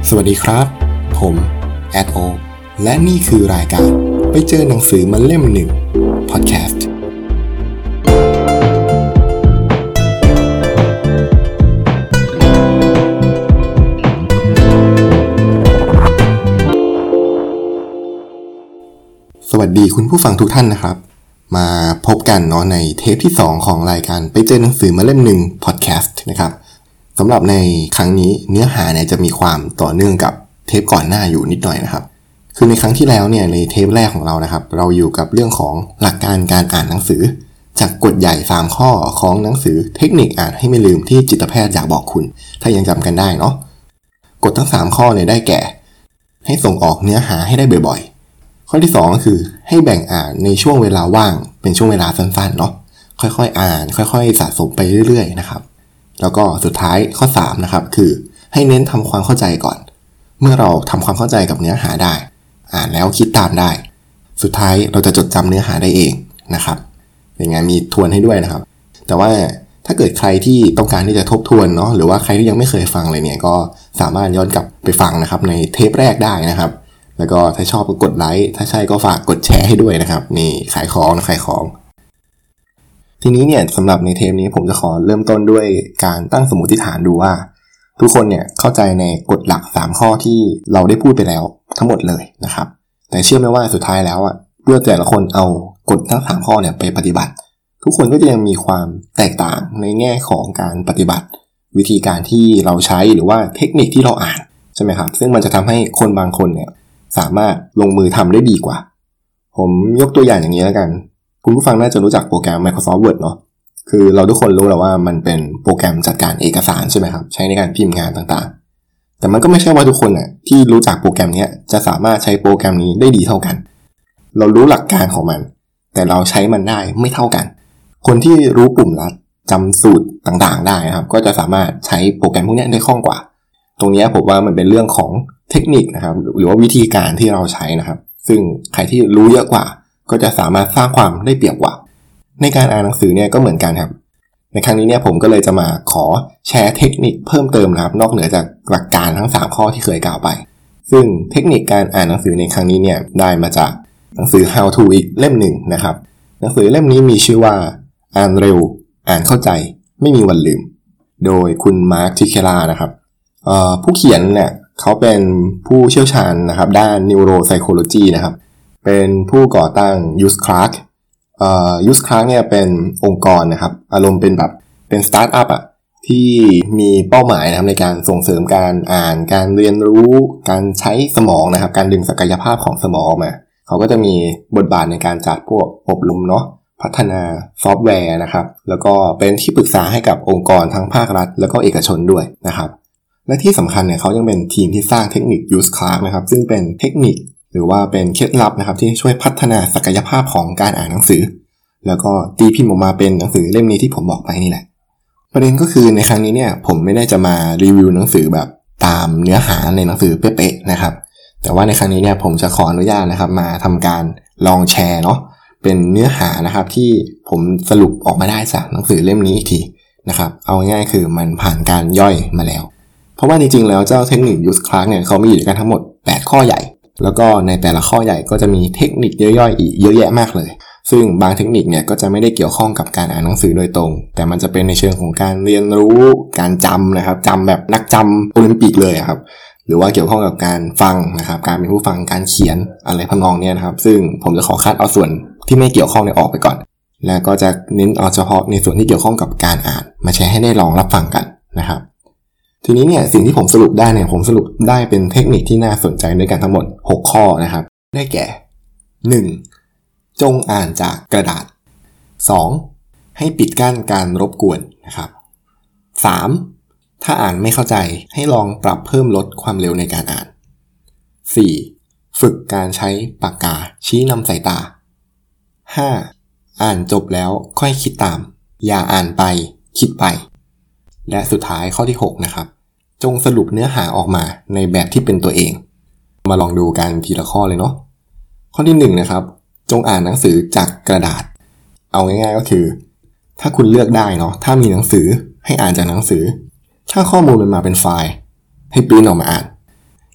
สวัสดีครับผมแอดโอและนี่คือรายการไปเจอหนังสือมาเล่มหนึ่งพอดแคสต์สวัสดีคุณผู้ฟังทุกท่านนะครับมาพบกันเนาะในเทปที่2ของรายการไปเจอหนังสือมาเล่มหนึ่งพอดแคสต์นะครับสำหรับในครั้งนี้เนื้อหาเนี่ยจะมีความต่อเนื่องกับเทปก่อนหน้าอยู่นิดหน่อยนะครับคือในครั้งที่แล้วเนี่ยในเทปแรกของเรานะครับเราอยู่กับเรื่องของหลักการการอ่านหนังสือจากกฎใหญ่3ข้อของหนังสือเทคนิคอ่านให้ไม่ลืมที่จิตแพทย์อยากบอกคุณถ้ายังจำกันได้เนาะกฎทั้ง3ข้อเนี่ยได้แก่ให้ส่งออกเนื้อหาให้ได้บ่อยๆข้อที่2ก็คือให้แบ่งอ่านในช่วงเวลาว่างเป็นช่วงเวลาสั้นๆเนาะค่อยๆอ่านค่อยๆสะสมไปเรื่อยๆนะครับแล้วก็สุดท้ายข้อ3นะครับคือให้เน้นทำความเข้าใจก่อนเมื่อเราทำความเข้าใจกับเนื้อหาได้อ่านแล้วคิดตามได้สุดท้ายเราจะจดจำเนื้อหาได้เองนะครับเป็นไงมีทวนให้ด้วยนะครับแต่ว่าถ้าเกิดใครที่ต้องการที่จะทบทวนเนาะหรือว่าใครที่ยังไม่เคยฟังเลยเนี่ยก็สามารถย้อนกลับไปฟังนะครับในเทปแรกได้นะครับแล้วก็ถ้าชอบก็กดไลค์ถ้าใช่ก็ฝากกดแชร์ให้ด้วยนะครับนี่ขายของทีนี้เนี่ยสำหรับในเทปนี้ผมจะขอเริ่มต้นด้วยการตั้งสมมติฐานดูว่าทุกคนเนี่ยเข้าใจในกฎหลัก3ข้อที่เราได้พูดไปแล้วทั้งหมดเลยนะครับแต่เชื่อไหมว่าสุดท้ายแล้วเมื่อแต่ละคนเอากฎทั้ง3ข้อเนี่ยไปปฏิบัติทุกคนก็จะยังมีความแตกต่างในแง่ของการปฏิบัติวิธีการที่เราใช้หรือว่าเทคนิคที่เราอ่านใช่ไหมครับซึ่งมันจะทำให้คนบางคนเนี่ยสามารถลงมือทำได้ดีกว่าผมยกตัวอย่างอย่างนี้แล้วกันคุณผู้ฟังน่าจะรู้จักโปรแกรม Microsoft Word เนาะคือเราทุกคนรู้แล้วว่ามันเป็นโปรแกรมจัดการเอกสารใช่ไหมครับใช้ในการพิมพ์งานต่างๆแต่มันก็ไม่ใช่ว่าทุกคนที่รู้จักโปรแกรมนี้จะสามารถใช้โปรแกรมนี้ได้ดีเท่ากันเรารู้หลักการของมันแต่เราใช้มันได้ไม่เท่ากันคนที่รู้ปุ่มลัดจำสูตรต่างๆได้นะครับก็จะสามารถใช้โปรแกรมพวกนี้ได้คล่องกว่าตรงนี้ผมว่ามันเป็นเรื่องของเทคนิคนะครับหรือว่าวิธีการที่เราใช้นะครับซึ่งใครที่รู้เยอะกว่าก็จะสามารถสร้างความได้เปรียบกว่าในการอ่านหนังสือเนี่ยก็เหมือนกันครับในครั้งนี้เนี่ยผมก็เลยจะมาขอแชร์เทคนิคเพิ่มเติมนะครับนอกเหนือจากหลักการทั้ง3ข้อที่เคยกล่าวไปซึ่งเทคนิคการอ่านหนังสือในครั้งนี้เนี่ยได้มาจากหนังสือ How to อีกเล่มหนึ่งนะครับหนังสือเล่มนี้มีชื่อว่าอ่านเร็วอ่านเข้าใจไม่มีวันลืมโดยคุณมาร์คทิเคลานะครับผู้เขียนเนี่ยเขาเป็นผู้เชี่ยวชาญนะครับด้าน Neuropsychology นะครับเป็นผู้ก่อตั้ง Youth Clark เนี่ยเป็นองค์กรนะครับอารมณ์เป็นแบบเป็นสตาร์ทอัพที่มีเป้าหมายนะครับในการส่งเสริมการอ่านการเรียนรู้การใช้สมองนะครับการดึงศักยภาพของสมองออกมาเขาก็จะมีบทบาทในการจัดพวกอบรมเนาะพัฒนาซอฟต์แวร์นะครับแล้วก็เป็นที่ปรึกษาให้กับองค์กรทั้งภาครัฐแล้วก็เอกชนด้วยนะครับและที่สำคัญเนี่ยเขายังเป็นทีมที่สร้างเทคนิค Youth Clark นะครับซึ่งเป็นเทคนิคหรือว่าเป็นเคล็ดลับนะครับที่ช่วยพัฒนาศักยภาพของการอ่านหนังสือแล้วก็ตีพิมพ์ออกมาเป็นหนังสือเล่มนี้ที่ผมบอกไปนี่แหละประเด็นก็คือในครั้งนี้เนี่ยผมไม่ได้จะมารีวิวหนังสือแบบตามเนื้อหาในหนังสือเป๊ะๆนะครับแต่ว่าในครั้งนี้เนี่ยผมจะขออนุญาตนะครับมาทำการลองแชร์เนาะเป็นเนื้อหานะครับที่ผมสรุปออกมาได้จากหนังสือเล่มนี้อีกทีนะครับเอาง่ายๆคือมันผ่านการย่อยมาแล้วเพราะว่าจริงๆแล้วเจ้าเทคนิค Youth Clark เนี่ยเขามีอยู่ด้วยกันทั้งหมด8ข้อใหญ่แล้วก็ในแต่ละข้อใหญ่ก็จะมีเทคนิคย่อยๆอีกเยอะแยะมากเลยซึ่งบางเทคนิคเนี่ยก็จะไม่ได้เกี่ยวข้องกับการอ่านหนังสือโดยตรงแต่มันจะเป็นในเชิงของการเรียนรู้การจำนะครับจำแบบนักจำโอลิมปิกเลยครับหรือว่าเกี่ยวข้องกับการฟังนะครับการเป็นผู้ฟังการเขียนอะไรทำนองนี้นะครับซึ่งผมจะขอคัดเอาส่วนที่ไม่เกี่ยวข้องออกไปก่อนแล้วก็จะเน้นเอาเฉพาะในส่วนที่เกี่ยวข้องกับการอ่านมาแชร์ให้ได้ลองรับฟังกันนะครับทีนี้เนี่ยสิ่งที่ผมสรุปได้เนี่ยผมสรุปได้เป็นเทคนิคที่น่าสนใจด้วยกันทั้งหมด6ข้อนะครับได้แก่ 1. จงอ่านจากกระดาษ 2. ให้ปิดกั้นการรบกวนนะครับ 3. ถ้าอ่านไม่เข้าใจให้ลองปรับเพิ่มลดความเร็วในการอ่าน 4. ฝึกการใช้ปากกาชี้นำสายตา 5. อ่านจบแล้วค่อยคิดตามอย่าอ่านไปคิดไปและสุดท้ายข้อที่6นะครับจงสรุปเนื้อหาออกมาในแบบที่เป็นตัวเองมาลองดูกันทีละข้อเลยเนาะข้อที่1นะครับจงอ่านหนังสือจากกระดาษเอาง่ายๆก็คือถ้าคุณเลือกได้เนาะถ้ามีหนังสือให้อ่านจากหนังสือถ้าข้อมูลมันมาเป็นไฟล์ให้ปริ้นออกมาอ่าน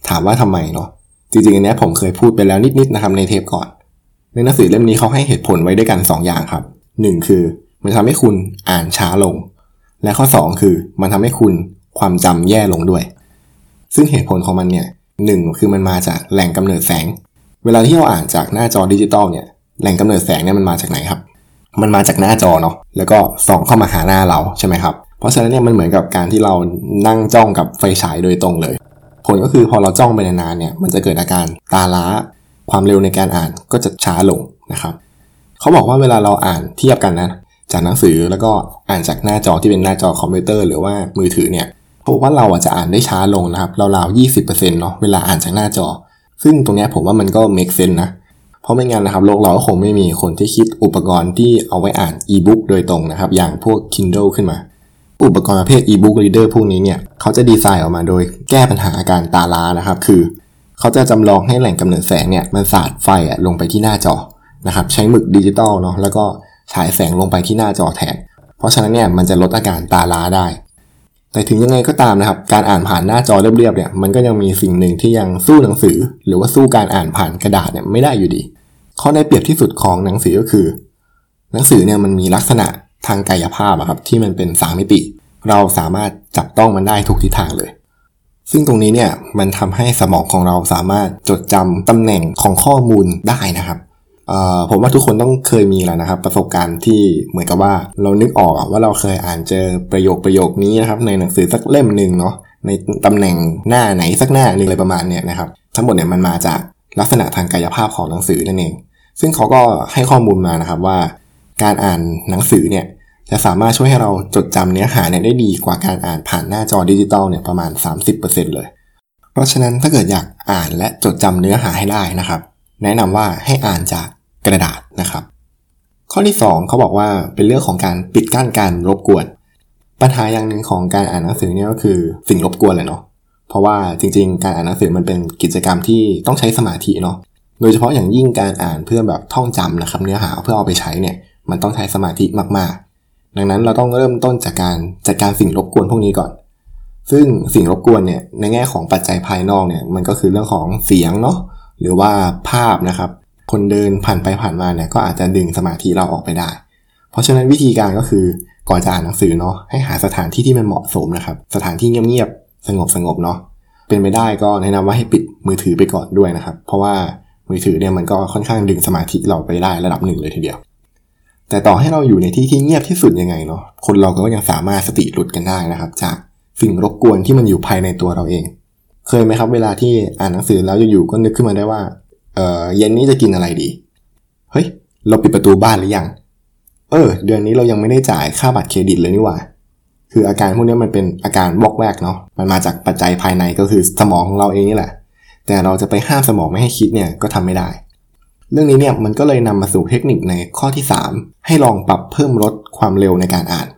ถามว่าทำไมเนาะจริงๆอันนี้ผมเคยพูดไปแล้วนิดๆนะครับในเทปก่อนในหนังสือเล่มนี้เขาให้เหตุผลไว้ด้วยกัน2อย่างครับ1คือมันทำให้คุณอ่านช้าลงและข้อ2คือมันทำให้คุณความจำแย่ลงด้วยซึ่งเหตุผลของมันเนี่ย1คือมันมาจากแหล่งกำเนิดแสงเวลาที่เราอ่านจากหน้าจอดิจิตอลเนี่ยแหล่งกำเนิดแสงเนี่ยมันมาจากไหนครับมันมาจากหน้าจอเนาะแล้วก็ส่องเข้ามาหาหน้าเราใช่ไหมครับเพราะฉะนั้นเนี่ยมันเหมือนกับการที่เรานั่งจ้องกับไฟฉายโดยตรงเลยผลก็คือพอเราจ้องไปนานๆเนี่ยมันจะเกิดอาการตาล้าความเร็วในการอ่านก็จะช้าลงนะครับเขาบอกว่าเวลาเราอ่านเทียบกันนะจากหนังสือแล้วก็อ่านจากหน้าจอที่เป็นหน้าจอคอมพิวเตอร์หรือว่ามือถือเนี่ยเพราะว่าเราจะอ่านได้ช้าลงนะครับราวๆ 20% เนาะเวลาอ่านจากหน้าจอซึ่งตรงนี้ผมว่ามันก็ make sense นะเพราะไม่งั้นนะครับโลกเราก็คงไม่มีคนที่คิดอุปกรณ์ที่เอาไว้อ่านอีบุ๊กโดยตรงนะครับอย่างพวก Kindle ขึ้นมาอุปกรณ์ประเภท e-book reader พวกนี้เนี่ยเขาจะดีไซน์ออกมาโดยแก้ปัญหาอาการตาล้านะครับคือเขาจะจำลองให้แหล่งกำเนิดแสงเนี่ยมันสาดไฟลงไปที่หน้าจอนะครับใช้หมึกดิจิตอลเนาะแล้วก็ฉายแสงลงไปที่หน้าจอแทนเพราะฉะนั้นเนี่ยมันจะลดอาการตาล้าได้แต่ถึงยังไงก็ตามนะครับการอ่านผ่านหน้าจอเรียบๆเนี่ยมันก็ยังมีสิ่งหนึ่งที่ยังสู้หนังสือหรือว่าสู้การอ่านผ่านกระดาษเนี่ยไม่ได้อยู่ดีข้อได้เปรียบที่สุดของหนังสือก็คือหนังสือเนี่ยมันมีลักษณะทางกายภาพครับที่มันเป็น3มิติเราสามารถจับต้องมันได้ทุกทิศทางเลยซึ่งตรงนี้เนี่ยมันทำให้สมองของเราสามารถจดจำตำแหน่งของข้อมูลได้นะครับผมว่าทุกคนต้องเคยมีแล้วนะครับประสบการณ์ที่เหมือนกับว่าเรานึกออกว่าเราเคยอ่านเจอประโยคนี้นะครับในหนังสือสักเล่มนึงเนาะในตำแหน่งหน้าไหนสักหน้านึงอะไรประมาณเนี่ยนะครับทั้งหมดเนี่ยมันมาจากลักษณะทางกายภาพของหนังสือนั่นเองซึ่งเขาก็ให้ข้อมูลมานะครับว่าการอ่านหนังสือเนี่ยจะสามารถช่วยให้เราจดจำเนื้อหาเนี่ยได้ดีกว่าการอ่านผ่านหน้าจอดิจิตอลเนี่ยประมาณ 30% เลยเพราะฉะนั้นถ้าเกิดอยากอ่านและจดจำเนื้อหาให้ได้นะครับแนะนำว่าให้อ่านจากกระดาษนะครับข้อที่2เขาบอกว่าเป็นเรื่องของการปิดกั้นการรบกวนปัญหาอย่างนึงของการอ่านหนังสือเนี่ยก็คือสิ่งรบกวนเลยเนาะเพราะว่าจริงๆการอ่านหนังสือมันเป็นกิจกรรมที่ต้องใช้สมาธิเนาะโดยเฉพาะอย่างยิ่งการอ่านเพื่อแบบท่องจำนะครับเนื้อหาเพื่อเอาไปใช้เนี่ยมันต้องใช้สมาธิมากๆดังนั้นเราต้องเริ่มต้นจากการจัดการสิ่งรบกวนพวกนี้ก่อนซึ่งสิ่งรบกวนเนี่ยในแง่ของปัจจัยภายนอกเนี่ยมันก็คือเรื่องของเสียงเนาะหรือว่าภาพนะครับคนเดินผ่านไปผ่านมาเนี่ยก็อาจจะดึงสมาธิเราออกไปได้เพราะฉะนั้นวิธีการก็คือก่อนจะอ่านหนังสือเนาะให้หาสถานที่ที่มันเหมาะสมนะครับสถานที่เงียบๆสงบเนาะเป็นไปได้ก็แนะนำว่าให้ปิดมือถือไปก่อนด้วยนะครับเพราะว่ามือถือเนี่ยมันก็ค่อนข้างดึงสมาธิเราไปได้ระดับหนึ่งเลยทีเดียวแต่ต่อให้เราอยู่ในที่ที่เงียบที่สุดยังไงเนาะคนเราก็ยังสามารถสติหลุดกันได้นะครับจากสิ่งรบกวนที่มันอยู่ภายในตัวเราเองเคยไหมครับเวลาที่อ่านหนังสือแล้วอยู่ๆก็นึกขึ้นมาได้ว่าเย็นนี้จะกินอะไรดีเฮ้ยเราปิดประตูบ้านหรือยังเดือนนี้เรายังไม่ได้จ่ายค่าบัตรเครดิตเลยนี่หว่าคืออาการพวกนี้มันเป็นอาการวอกแวกเนาะมันมาจากปัจจัยภายในก็คือสมองของเราเองนี่แหละแต่เราจะไปห้ามสมองไม่ให้คิดเนี่ยก็ทำไม่ได้เรื่องนี้เนี่ยมันก็เลยนำมาสู่เทคนิคในข้อที่3ให้ลองปรับเพิ่มลดความเร็วในการอ่าน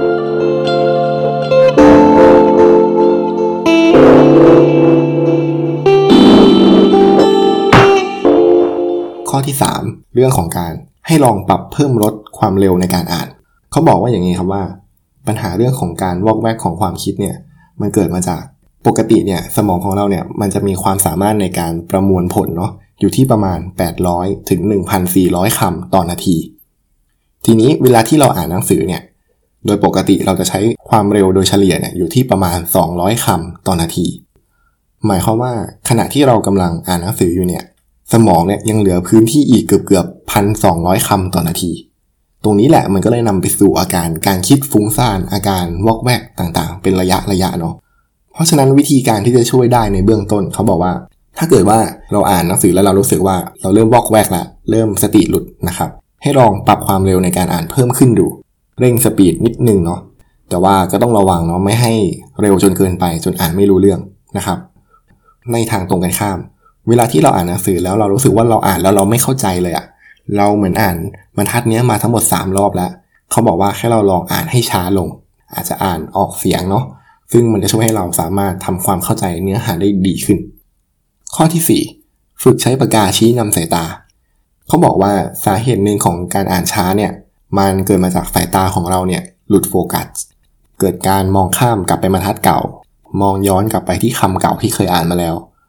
ข้อที่3เรื่องของการให้ลองปรับเพิ่มลดความเร็วในการอ่านเขาบอกว่าอย่างนี้ครับว่าปัญหาเรื่องของการวอกแวกของความคิดเนี่ยมันเกิดมาจากปกติเนี่ยสมองของเราเนี่ยมันจะมีความสามารถในการประมวลผลเนาะอยู่ที่ประมาณ800ถึง 1,400 คำต่อนาทีทีนี้เวลาที่เราอ่านหนังสือเนี่ยโดยปกติเราจะใช้ความเร็วโดยเฉลี่ยเนี่ยอยู่ที่ประมาณ200 คำต่อนาทีหมายความว่าขณะที่เรากำลังอ่านหนังสืออยู่เนี่ยสมองเนี่ยยังเหลือพื้นที่อีกเกือบ 1,200 คำต่อนาทีตรงนี้แหละมันก็เลยนำไปสู่อาการการคิดฟุ้งซ่านอาการวอกแวกต่างๆเป็นระยะเนาะเพราะฉะนั้นวิธีการที่จะช่วยได้ในเบื้องต้นเขาบอกว่าถ้าเกิดว่าเราอ่านหนังสือแล้วเรารู้สึกว่าเราเริ่มวอกแวกแล้วเริ่มสติหลุดนะครับให้ลองปรับความเร็วในการอ่านเพิ่มขึ้นดูเร่งสปีดนิดนึงเนาะแต่ว่าก็ต้องระวังเนาะไม่ให้เร็วจนเกินไปจนอ่านไม่รู้เรื่องนะครับในทางตรงกันข้ามเวลาที่เราอ่านหนังสือแล้วเรารู้สึกว่าเราอ่านแล้วเราไม่เข้าใจเลยอะเราเหมือนอ่านบรรทัดนี้มาทั้งหมด3รอบแล้วเขาบอกว่าให้เราลองอ่านให้ช้าลงอาจจะอ่านออกเสียงเนาะซึ่งมันจะช่วยให้เราสามารถทำความเข้าใจเนื้อหาได้ดีขึ้นข้อที่4ฝึกใช้ปากกาชี้นำสายตาเขาบอกว่าสาเหตุหนึ่งของการอ่านช้าเนี่ยมันเกิดมาจากสายตาของเราเนี่ยหลุดโฟกัสเกิดการมองข้ามกลับไปบรรทัดเก่ามองย้อนกลับไปที่คำเก่าที่เคยอ่านมาแล้ว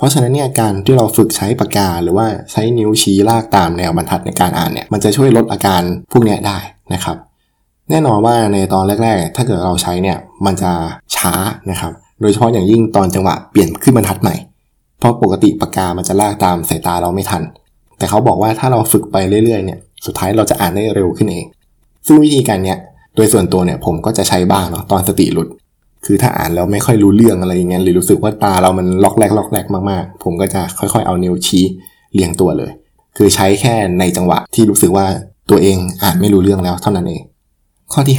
เพราะฉะนั้นเนี่ยการที่เราฝึกใช้ปากกาหรือว่าใช้นิ้วชี้ลากตามแนวบรรทัดในการอ่านเนี่ยมันจะช่วยลดอาการพวกนี้ได้นะครับแน่นอนว่าในตอนแรกๆถ้าเกิดเราใช้เนี่ยมันจะช้านะครับโดยเฉพาะอย่างยิ่งตอนจังหวะเปลี่ยนขึ้นบรรทัดใหม่เพราะปกติปากกามันจะลากตามสายตาเราไม่ทันแต่เขาบอกว่าถ้าเราฝึกไปเรื่อยๆเนี่ยสุดท้ายเราจะอ่านได้เร็วขึ้นเองซึ่งวิธีการเนี้ยโดยส่วนตัวเนี่ยผมก็จะใช้บ้างเนาะตอนสติหลุดคือถ้าอ่านแล้วไม่ค่อยรู้เรื่องอะไรอย่างเงี้ยหรือรู้สึกว่าตาเรามันล็อกแรกมากๆผมก็จะค่อยๆเอานิ้วชี้เรียงตัวเลยคือใช้แค่ในจังหวะที่รู้สึกว่าตัวเองอ่านไม่รู้เรื่องแล้วเท่านั้นเองข้อที่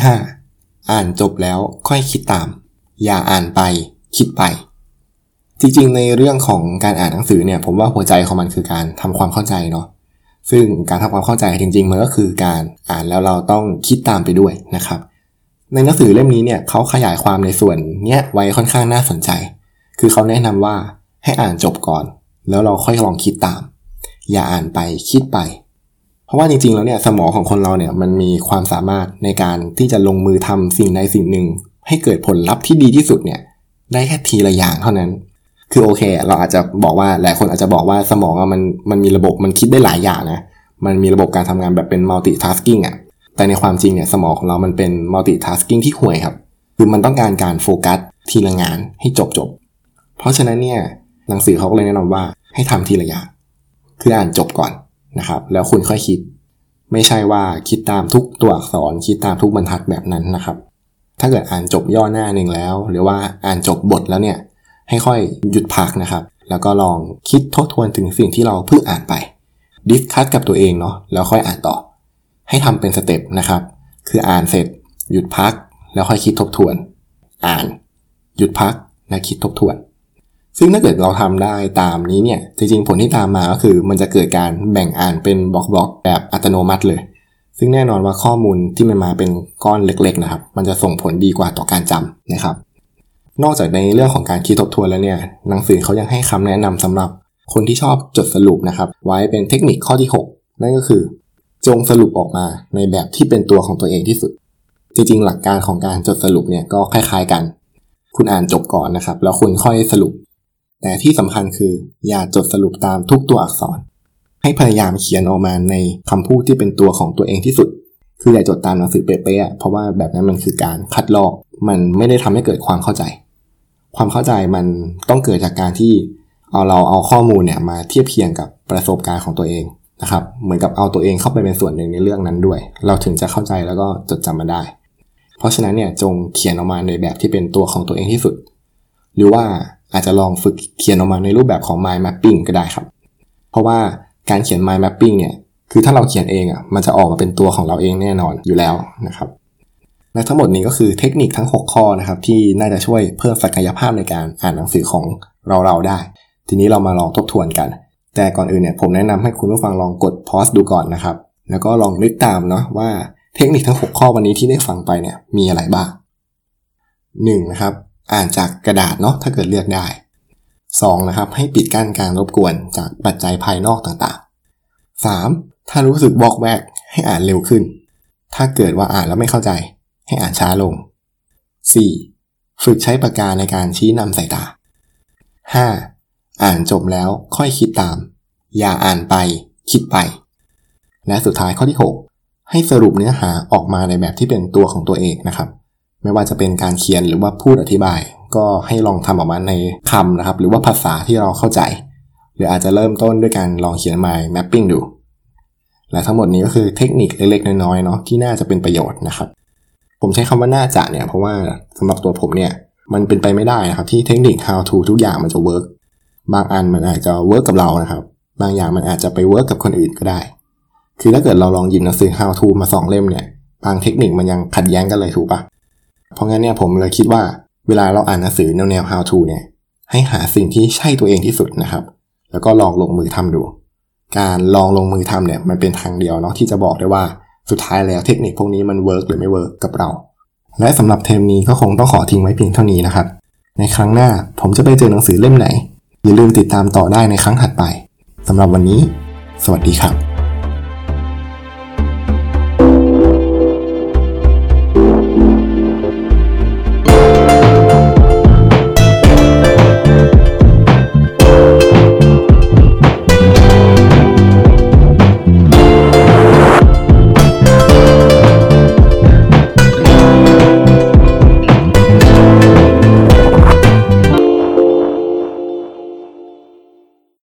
5อ่านจบแล้วค่อยคิดตามอย่าอ่านไปคิดไปจริงๆในเรื่องของการอ่านหนังสือเนี่ยผมว่าหัวใจของมันคือการทำความเข้าใจเนาะซึ่งการทำความเข้าใจจริงๆมันก็คือการอ่านแล้วเราต้องคิดตามไปด้วยนะครับในหนังสือเล่มนี้เนี่ยเขาขยายความในส่วนเนี้ยไว้ค่อนข้างน่าสนใจคือเขาแนะนำว่าให้อ่านจบก่อนแล้วเราค่อยลองคิดตามอย่าอ่านไปคิดไปเพราะว่าจริงๆแล้วเนี่ยสมองของคนเราเนี่ยมันมีความสามารถในการที่จะลงมือทำสิ่งใดสิ่งหนึ่งให้เกิดผลลัพธ์ที่ดีที่สุดเนี่ยได้แค่ทีละอย่างเท่านั้นคือโอเคเราอาจจะบอกว่าหลายคนอาจจะบอกว่าสมองมันมีระบบมันคิดได้หลายอย่างนะมันมีระบบการทำงานแบบเป็น multitasking อ่ะแต่ในความจริงเนี่ยสมองของเรามันเป็น multitasking ที่ห่วยครับคือมันต้องการโฟกัสทีละงานให้จบเพราะฉะนั้นเนี่ยหนังสือเขาก็เลยแนะนำว่าให้ทำทีละอย่างคืออ่านจบก่อนนะครับแล้วคุณค่อยคิดไม่ใช่ว่าคิดตามทุกตัวอักษรคิดตามทุกบรรทัดแบบนั้นนะครับถ้าเกิดอ่านจบย่อหน้านึงแล้วหรือว่าอ่านจบบทแล้วเนี่ยให้ค่อยหยุดพักนะครับแล้วก็ลองคิดทบทวนถึงสิ่งที่เราเพิ่งอ่านไปดิสคัสกับตัวเองเนาะแล้วค่อยอ่านต่อให้ทำเป็นสเต็ปนะครับคืออ่านเสร็จหยุดพักแล้วค่อยคิดทบทวนอ่านหยุดพักและคิดทบทวนซึ่งถ้าเกิดเราทำได้ตามนี้เนี่ยจริงๆผลที่ตามมาก็คือมันจะเกิดการแบ่งอ่านเป็นบล็อกแบบอัตโนมัติเลยซึ่งแน่นอนว่าข้อมูลที่มันมาเป็นก้อนเล็กๆนะครับมันจะส่งผลดีกว่าต่อการจำนะครับนอกจากในเรื่องของการคิดทบทวนแล้วเนี่ยหนังสือเขายังให้คำแนะนำสำหรับคนที่ชอบจดสรุปนะครับไว้เป็นเทคนิคข้อที่6นั่นก็คือจงสรุปออกมาในแบบที่เป็นตัวของตัวเองที่สุดจริงๆหลักการของการจดสรุปเนี่ยก็คล้ายๆกันคุณอ่านจบก่อนนะครับแล้วคุณค่อยสรุปแต่ที่สำคัญคืออย่าจดสรุปตามทุกตัวอักษรให้พยายามเขียนออกมาในคำพูดที่เป็นตัวของตัวเองที่สุดคืออย่าจดตามหนังสือเป๊ะๆเพราะว่าแบบนั้นมันคือการคัดลอกมันไม่ได้ทำให้เกิดความเข้าใจความเข้าใจมันต้องเกิดจากการที่เราเอาข้อมูลเนี่ยมาเทียบเคียงกับประสบการณ์ของตัวเองนะครับเหมือนกับเอาตัวเองเข้าไปเป็นส่วนหนึ่งในเรื่องนั้นด้วยเราถึงจะเข้าใจแล้วก็จดจำมันได้เพราะฉะนั้นเนี่ยจงเขียนออกมาในแบบที่เป็นตัวของตัวเองที่สุดหรือว่าอาจจะลองฝึกเขียนออกมาในรูปแบบของ mind mapping ก็ได้ครับเพราะว่าการเขียน mind mapping เนี่ยคือถ้าเราเขียนเองมันจะออกมาเป็นตัวของเราเองแน่นอนอยู่แล้วนะครับและทั้งหมดนี้ก็คือเทคนิคทั้ง6ข้อนะครับที่น่าจะช่วยเพิ่มศักยภาพในการอ่านหนังสือของเราได้ทีนี้เรามาลองทบทวนกันแต่ก่อนอื่นเนี่ยผมแนะนำให้คุณผู้ฟังลองกด pause ดูก่อนนะครับแล้วก็ลองนึกตามเนาะว่าเทคนิคทั้ง6ข้อวันนี้ที่ได้ฟังไปเนี่ยมีอะไรบ้าง1นะครับอ่านจากกระดาษเนาะถ้าเกิดเลือกได้2นะครับให้ปิดกั้นการรบกวนจากปัจจัยภายนอกต่างๆ3ถ้ารู้สึกบอกแวกให้อ่านเร็วขึ้นถ้าเกิดว่าอ่านแล้วไม่เข้าใจให้อ่านช้าลง 4. ฝึกใช้ปากกาในการชี้นำสายตา 5. อ่านจบแล้วค่อยคิดตามอย่าอ่านไปคิดไปและสุดท้ายข้อที่6ให้สรุปเนื้อหาออกมาในแบบที่เป็นตัวของตัวเองนะครับไม่ว่าจะเป็นการเขียนหรือว่าพูดอธิบายก็ให้ลองทำออกมาในคำนะครับหรือว่าภาษาที่เราเข้าใจหรืออาจจะเริ่มต้นด้วยการลองเขียน mind mapping ดูและทั้งหมดนี้ก็คือเทคนิคเล็กๆน้อยๆเนาะที่น่าจะเป็นประโยชน์นะครับผมใช้คำว่าน่าจะเนี่ยเพราะว่าสำหรับตัวผมเนี่ยมันเป็นไปไม่ได้นะครับที่เทคนิค how to ทุกอย่างมันจะ work บางอันมันอาจจะ work กับเรานะครับบางอย่างมันอาจจะไป work กับคนอื่นก็ได้คือถ้าเกิดเราลองหยิบหนังสือ how to มา2เล่มเนี่ยบางเทคนิคมันยังขัดแย้งกันเลยถูกปะเพราะงั้นเนี่ยผมเลยคิดว่าเวลาเราอ่านหนังสือแนว how to เนี่ยให้หาสิ่งที่ใช่ตัวเองที่สุดนะครับแล้วก็ลองลงมือทำดูการลองลงมือทำเนี่ยมันเป็นทางเดียวเนาะที่จะบอกได้ว่าสุดท้ายแล้วเทคนิคพวกนี้มันเวิร์กหรือไม่เวิร์กกับเราและสำหรับเทปนี้ก็คงต้องขอทิ้งไว้เพียงเท่านี้นะครับในครั้งหน้าผมจะไปเจอหนังสือเล่มไหนอย่าลืมติดตามต่อได้ในครั้งถัดไปสำหรับวันนี้สวัสดีครับ